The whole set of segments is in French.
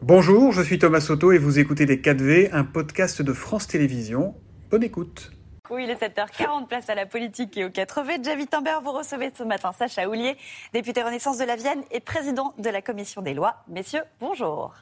Bonjour, je suis Thomas Soto et vous écoutez Les 4V, un podcast de France Télévisions. Bonne écoute. Oui, il est 7h40, place à la politique et aux 4V. Xavier Wittenberg, vous recevez ce matin Sacha Houlié, député Renaissance de la Vienne et président de la Commission des lois. Messieurs, bonjour.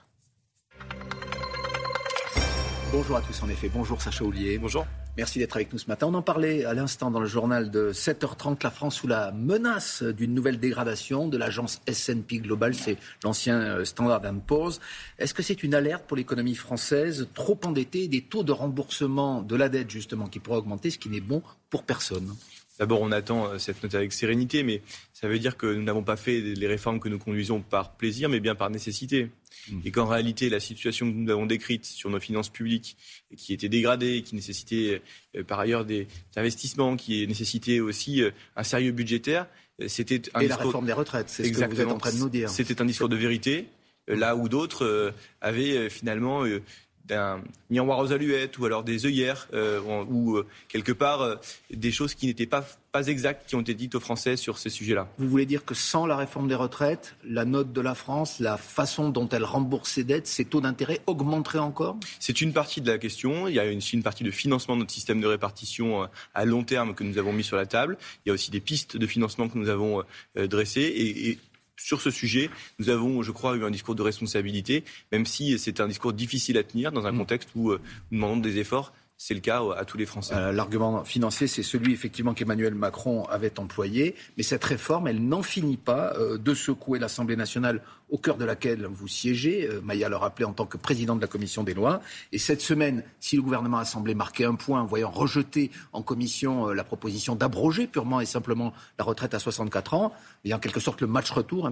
Bonjour à tous, en effet. Bonjour Sacha Houlié. Bonjour. Merci d'être avec nous ce matin. On en parlait à l'instant dans le journal de 7h30. La France sous la menace d'une nouvelle dégradation de l'agence S&P Global, c'est l'ancien Standard & Poor's. Est-ce que c'est une alerte pour l'économie française trop endettée, des taux de remboursement de la dette justement qui pourraient augmenter, ce qui n'est bon pour personne? D'abord, on attend cette note avec sérénité, mais ça veut dire que nous n'avons pas fait les réformes que nous conduisons par plaisir, mais bien par nécessité. Et qu'en réalité, la situation que nous avons décrite sur nos finances publiques, qui était dégradée, qui nécessitait par ailleurs des investissements, qui nécessitait aussi un sérieux budgétaire, c'était un discours... la réforme des retraites, c'est ce que vous êtes en train de nous dire. C'était un discours de vérité, là où d'autres avaient finalement... d'un miroir aux aluettes ou alors des œillères ou quelque part des choses qui n'étaient pas exactes qui ont été dites aux Français sur ces sujets-là. Vous voulez dire que sans la réforme des retraites, la note de la France, la façon dont elle rembourse ses dettes, ses taux d'intérêt augmenteraient encore? C'est une partie de la question. Il y a une partie de financement de notre système de répartition à long terme que nous avons mis sur la table. Il y a aussi des pistes de financement que nous avons dressées et sur ce sujet, nous avons, je crois, eu un discours de responsabilité, même si c'est un discours difficile à tenir dans un contexte où nous demandons des efforts. C'est le cas à tous les Français. L'argument financier, c'est celui effectivement qu'Emmanuel Macron avait employé. Mais cette réforme, elle n'en finit pas de secouer l'Assemblée nationale au cœur de laquelle vous siégez. Maïa le rappelait en tant que président de la Commission des lois. Et cette semaine, si le gouvernement a semblé marquer un point en voyant rejeter en commission la proposition d'abroger purement et simplement la retraite à 64 ans, il y a en quelque sorte le match retour,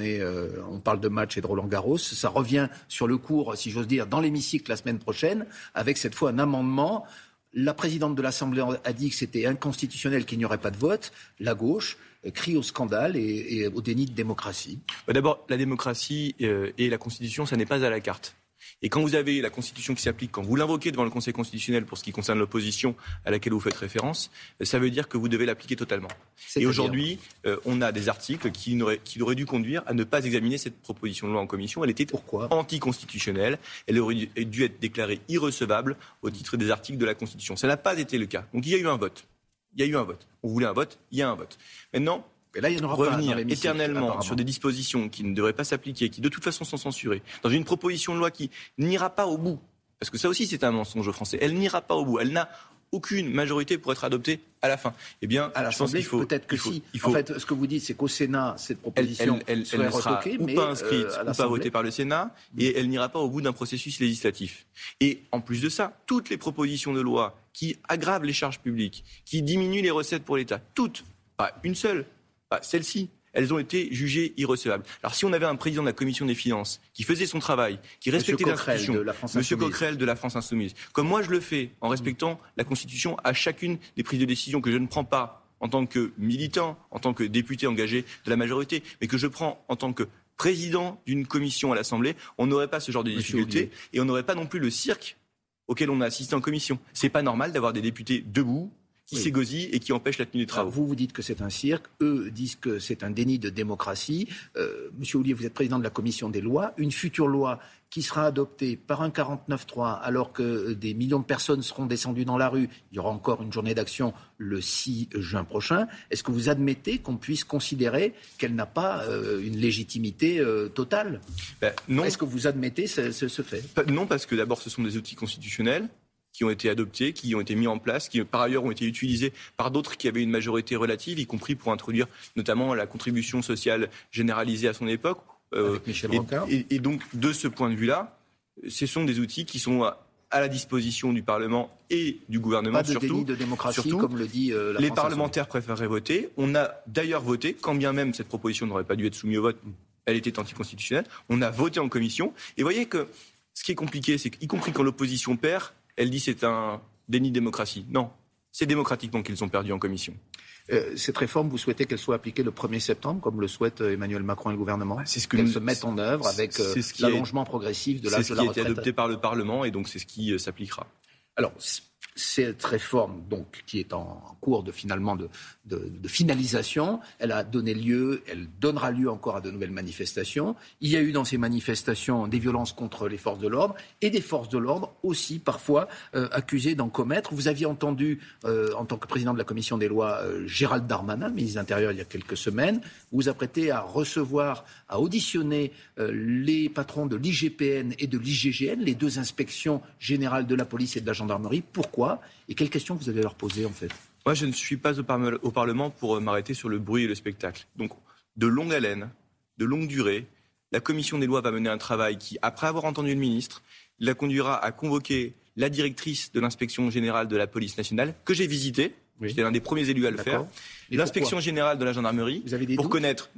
on parle de match et de Roland-Garros. Ça revient sur le cours, si j'ose dire, dans l'hémicycle la semaine prochaine, avec cette fois un amendement. La présidente de l'Assemblée a dit que c'était inconstitutionnel, qu'il n'y aurait pas de vote. La gauche crie au scandale et au déni de démocratie. D'abord, la démocratie et la Constitution, ça n'est pas à la carte. Et quand vous avez la Constitution qui s'applique, quand vous l'invoquez devant le Conseil constitutionnel pour ce qui concerne l'opposition à laquelle vous faites référence, ça veut dire que vous devez l'appliquer totalement. Et aujourd'hui, on a des articles qui auraient dû conduire à ne pas examiner cette proposition de loi en commission. Elle était anticonstitutionnelle. Elle aurait dû être déclarée irrecevable au titre des articles de la Constitution. Ça n'a pas été le cas. Donc il y a eu un vote. On voulait un vote, il y a un vote. Maintenant, et là, il y en aura revenir éternellement sur des dispositions qui ne devraient pas s'appliquer, qui de toute façon sont censurées, dans une proposition de loi qui n'ira pas au bout, parce que ça aussi c'est un mensonge aux Français, elle n'ira pas au bout, elle n'a aucune majorité pour être adoptée à la fin. Eh bien, à l'Assemblée, je pense qu'il peut-être que si. En fait, ce que vous dites, c'est qu'au Sénat, cette proposition elle serait sera retoquée, ou pas inscrite, ou pas votée par le Sénat, et elle n'ira pas au bout d'un processus législatif. Et en plus de ça, toutes les propositions de loi qui aggravent les charges publiques, qui diminuent les recettes pour l'État, toutes, pas une seule, celles-ci, elles ont été jugées irrecevables. Alors si on avait un président de la Commission des Finances qui faisait son travail, qui respectait l'institution, M. Coquerel de la France Insoumise, comme moi je le fais en respectant la Constitution à chacune des prises de décision que je ne prends pas en tant que militant, en tant que député engagé de la majorité, mais que je prends en tant que président d'une commission à l'Assemblée, on n'aurait pas ce genre de difficultés et on n'aurait pas non plus le cirque auquel on a assisté en commission. C'est pas normal d'avoir des députés debout, qui s'égosillent et qui empêchent la tenue des travaux. Alors vous dites que c'est un cirque, eux disent que c'est un déni de démocratie. Monsieur Houlié, vous êtes président de la Commission des lois. Une future loi qui sera adoptée par un 49.3 alors que des millions de personnes seront descendues dans la rue, il y aura encore une journée d'action le 6 juin prochain. Est-ce que vous admettez qu'on puisse considérer qu'elle n'a pas une légitimité totale? Non. Est-ce que vous admettez ce fait? Non, parce que d'abord ce sont des outils constitutionnels qui ont été adoptés, qui ont été mis en place, qui par ailleurs ont été utilisés par d'autres qui avaient une majorité relative, y compris pour introduire notamment la contribution sociale généralisée à son époque. Avec Michel Rocard. Et donc, de ce point de vue-là, ce sont des outils qui sont à la disposition du Parlement et du gouvernement. Pas de déni de démocratie, comme le dit la les France parlementaires préféreraient voter. On a d'ailleurs voté, quand bien même cette proposition n'aurait pas dû être soumise au vote, elle était anticonstitutionnelle. On a voté en commission. Et vous voyez que ce qui est compliqué, c'est qu'y compris quand l'opposition perd, elle dit c'est un déni de démocratie. Non, c'est démocratiquement qu'ils ont perdu en commission. Cette réforme, vous souhaitez qu'elle soit appliquée le 1er septembre, comme le souhaitent Emmanuel Macron et le gouvernement? C'est ce que qu'elle se mette en œuvre avec l'allongement progressif de l'âge de la retraite. C'est ce qui a été adopté par le Parlement et donc c'est ce qui s'appliquera. Alors, cette réforme, donc, qui est en cours de finalisation, elle a donné lieu, elle donnera lieu encore à de nouvelles manifestations. Il y a eu dans ces manifestations des violences contre les forces de l'ordre et des forces de l'ordre aussi parfois accusées d'en commettre. Vous aviez entendu, en tant que président de la commission des lois, Gérald Darmanin, ministre de l'Intérieur, il y a quelques semaines. Vous vous apprêtez à auditionner les patrons de l'IGPN et de l'IGGN, les deux inspections générales de la police et de la gendarmerie. Pourquoi ? Et quelles questions vous allez leur poser en fait ? Moi, je ne suis pas au Parlement pour m'arrêter sur le bruit et le spectacle. Donc, de longue haleine, de longue durée, la commission des lois va mener un travail qui, après avoir entendu le ministre, la conduira à convoquer la directrice de l'inspection générale de la police nationale, que j'ai visitée. Oui. J'étais l'un des premiers élus à le faire. L'inspection générale de la gendarmerie, pour connaître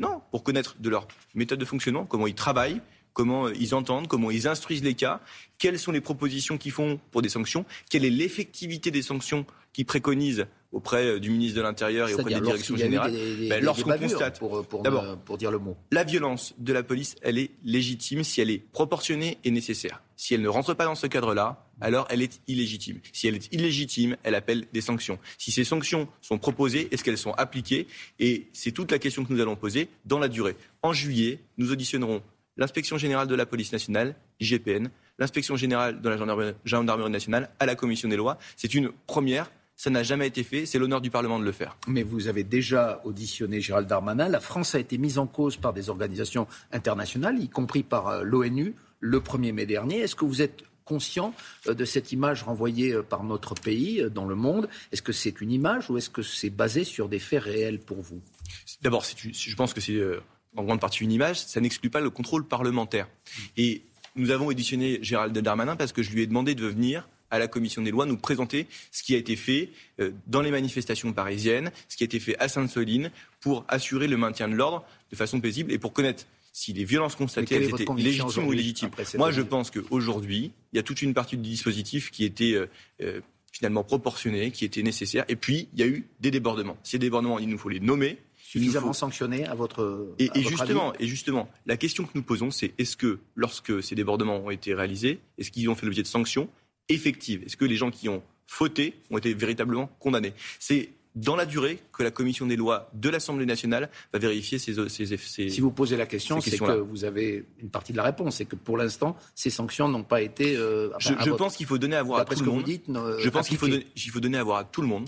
de leur méthode de fonctionnement, comment ils travaillent, comment ils entendent, comment ils instruisent les cas, quelles sont les propositions qu'ils font pour des sanctions, quelle est l'effectivité des sanctions qu'ils préconisent auprès du ministre de l'Intérieur et auprès des directions générales. Lorsqu'on constate, pour dire le mot, la violence de la police, elle est légitime si elle est proportionnée et nécessaire. Si elle ne rentre pas dans ce cadre-là, alors elle est illégitime. Si elle est illégitime, elle appelle des sanctions. Si ces sanctions sont proposées, est-ce qu'elles sont appliquées ? Et c'est toute la question que nous allons poser dans la durée. En juillet, nous auditionnerons l'Inspection générale de la police nationale, IGPN, l'Inspection générale de la gendarmerie nationale, à la commission des lois. C'est une première, ça n'a jamais été fait, c'est l'honneur du Parlement de le faire. Mais vous avez déjà auditionné Gérald Darmanin. La France a été mise en cause par des organisations internationales, y compris par l'ONU, le 1er mai dernier. Est-ce que vous êtes conscient de cette image renvoyée par notre pays dans le monde ? Est-ce que c'est une image ou est-ce que c'est basé sur des faits réels pour vous ? D'abord, je pense que c'est en grande partie une image, ça n'exclut pas le contrôle parlementaire. Et nous avons auditionné Gérald Darmanin parce que je lui ai demandé de venir à la commission des lois nous présenter ce qui a été fait dans les manifestations parisiennes, ce qui a été fait à Sainte-Soline pour assurer le maintien de l'ordre de façon paisible et pour connaître si les violences constatées étaient légitimes ou illégitimes. Moi, je pense qu'aujourd'hui, il y a toute une partie du dispositif qui était finalement proportionnée, qui était nécessaire. Et puis, il y a eu des débordements. Ces débordements, il nous faut les nommer. Suffisamment sanctionné à votre avis ? Et justement, la question que nous posons, c'est est-ce que, lorsque ces débordements ont été réalisés, est-ce qu'ils ont fait l'objet de sanctions effectives ? Est-ce que les gens qui ont fauté ont été véritablement condamnés ? C'est dans la durée que la commission des lois de l'Assemblée nationale va vérifier ces Si vous posez la question, c'est que vous avez une partie de la réponse. C'est que pour l'instant, ces sanctions n'ont pas été... je pense qu'il faut donner à voir à tout le monde. Je pense qu'il faut donner à voir à tout le monde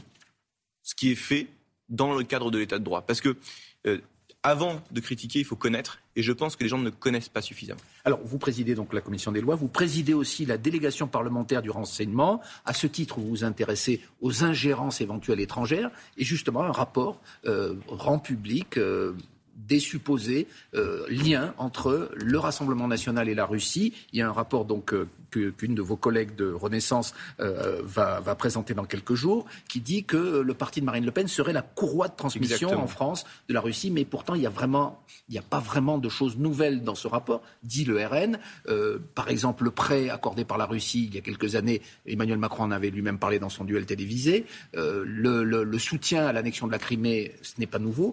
ce qui est fait dans le cadre de l'état de droit. Parce que avant de critiquer, il faut connaître. Et je pense que les gens ne connaissent pas suffisamment. Alors, vous présidez donc la commission des lois. Vous présidez aussi la délégation parlementaire du renseignement. À ce titre, vous vous intéressez aux ingérences éventuelles étrangères. Et justement, un rapport rend public des supposés liens entre le Rassemblement national et la Russie. Il y a un rapport donc qu'une de vos collègues de Renaissance va présenter dans quelques jours, qui dit que le parti de Marine Le Pen serait la courroie de transmission Exactement. En France de la Russie. Mais pourtant, il n'y a pas vraiment de choses nouvelles dans ce rapport, dit le RN. Par exemple, le prêt accordé par la Russie il y a quelques années, Emmanuel Macron en avait lui-même parlé dans son duel télévisé. Le soutien à l'annexion de la Crimée, ce n'est pas nouveau.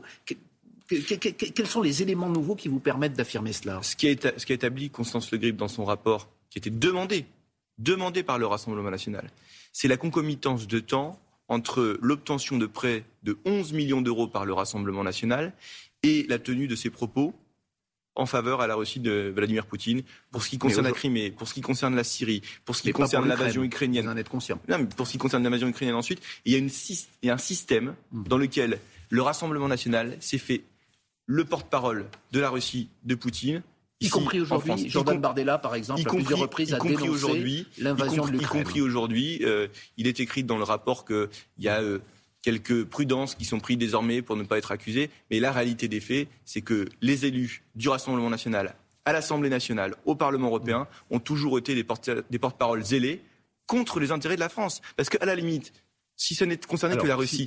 Quels sont les éléments nouveaux qui vous permettent d'affirmer cela ? Ce qu'a établi Constance Le Grip dans son rapport, qui était demandé par le Rassemblement national, c'est la concomitance de temps entre l'obtention de prêts de 11 millions d'euros par le Rassemblement national et la tenue de ses propos en faveur à la Russie de Vladimir Poutine, pour ce qui concerne la Crimée, pour ce qui concerne la Syrie, pour ce qui concerne l'invasion ukrainienne. Vous en êtes conscient. Non, mais pour ce qui concerne l'invasion ukrainienne ensuite, il y a un système dans lequel le Rassemblement national s'est fait le porte-parole de la Russie de Poutine. Y compris aujourd'hui, Jordan Bardella, par exemple, à plusieurs reprises a dénoncé l'invasion de l'Ukraine. Y compris aujourd'hui, il est écrit dans le rapport qu'il y a quelques prudences qui sont prises désormais pour ne pas être accusés. Mais la réalité des faits, c'est que les élus du Rassemblement national, à l'Assemblée nationale, au Parlement européen, ont toujours été des porte-paroles zélés contre les intérêts de la France. Parce qu'à la limite, si ça n'est concerné que la Russie,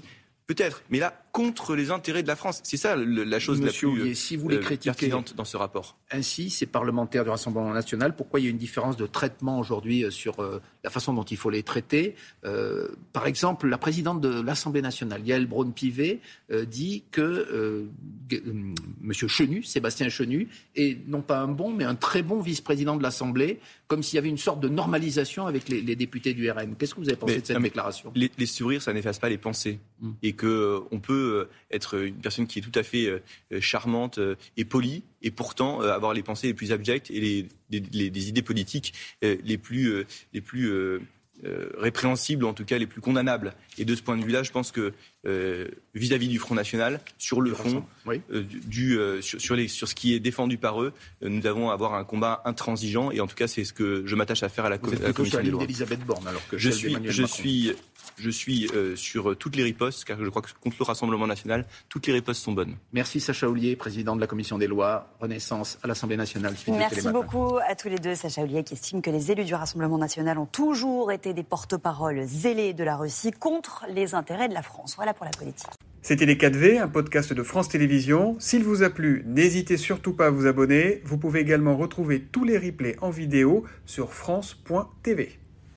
Peut-être, mais là, contre les intérêts de la France. C'est ça la chose Monsieur la plus Houllier, si vous les critiquez pertinente dans ce rapport. Ainsi, ces parlementaires du Rassemblement national, pourquoi il y a une différence de traitement aujourd'hui sur la façon dont il faut les traiter? Par exemple, la présidente de l'Assemblée nationale, Yael Braun-Pivet, dit que Monsieur Chenu, Sébastien Chenu, est non pas un bon, mais un très bon vice-président de l'Assemblée, comme s'il y avait une sorte de normalisation avec les députés du RN. Qu'est-ce que vous avez pensé de cette déclaration? Les sourires, ça n'efface pas les pensées. Et qu'on peut être une personne qui est tout à fait charmante et polie, et pourtant avoir les pensées les plus abjectes et les idées politiques les plus répréhensibles, en tout cas les plus condamnables. Et de ce point de vue-là, je pense que vis-à-vis du Front National, sur le fond, oui. Sur ce qui est défendu par eux, nous avons à avoir un combat intransigeant. Et en tout cas, c'est ce que je m'attache à faire à la commission des lois. d'Elisabeth Borne, alors que je suis sur toutes les ripostes, car je crois que contre le Rassemblement national, toutes les ripostes sont bonnes. Merci Sacha Houlié, président de la commission des lois, Renaissance à l'Assemblée nationale. Merci beaucoup à tous les deux. Sacha Houlié qui estime que les élus du Rassemblement national ont toujours été des porte-paroles zélés de la Russie contre les intérêts de la France. Voilà pour la politique. C'était Les 4V, un podcast de France Télévisions. S'il vous a plu, n'hésitez surtout pas à vous abonner. Vous pouvez également retrouver tous les replays en vidéo sur France.tv.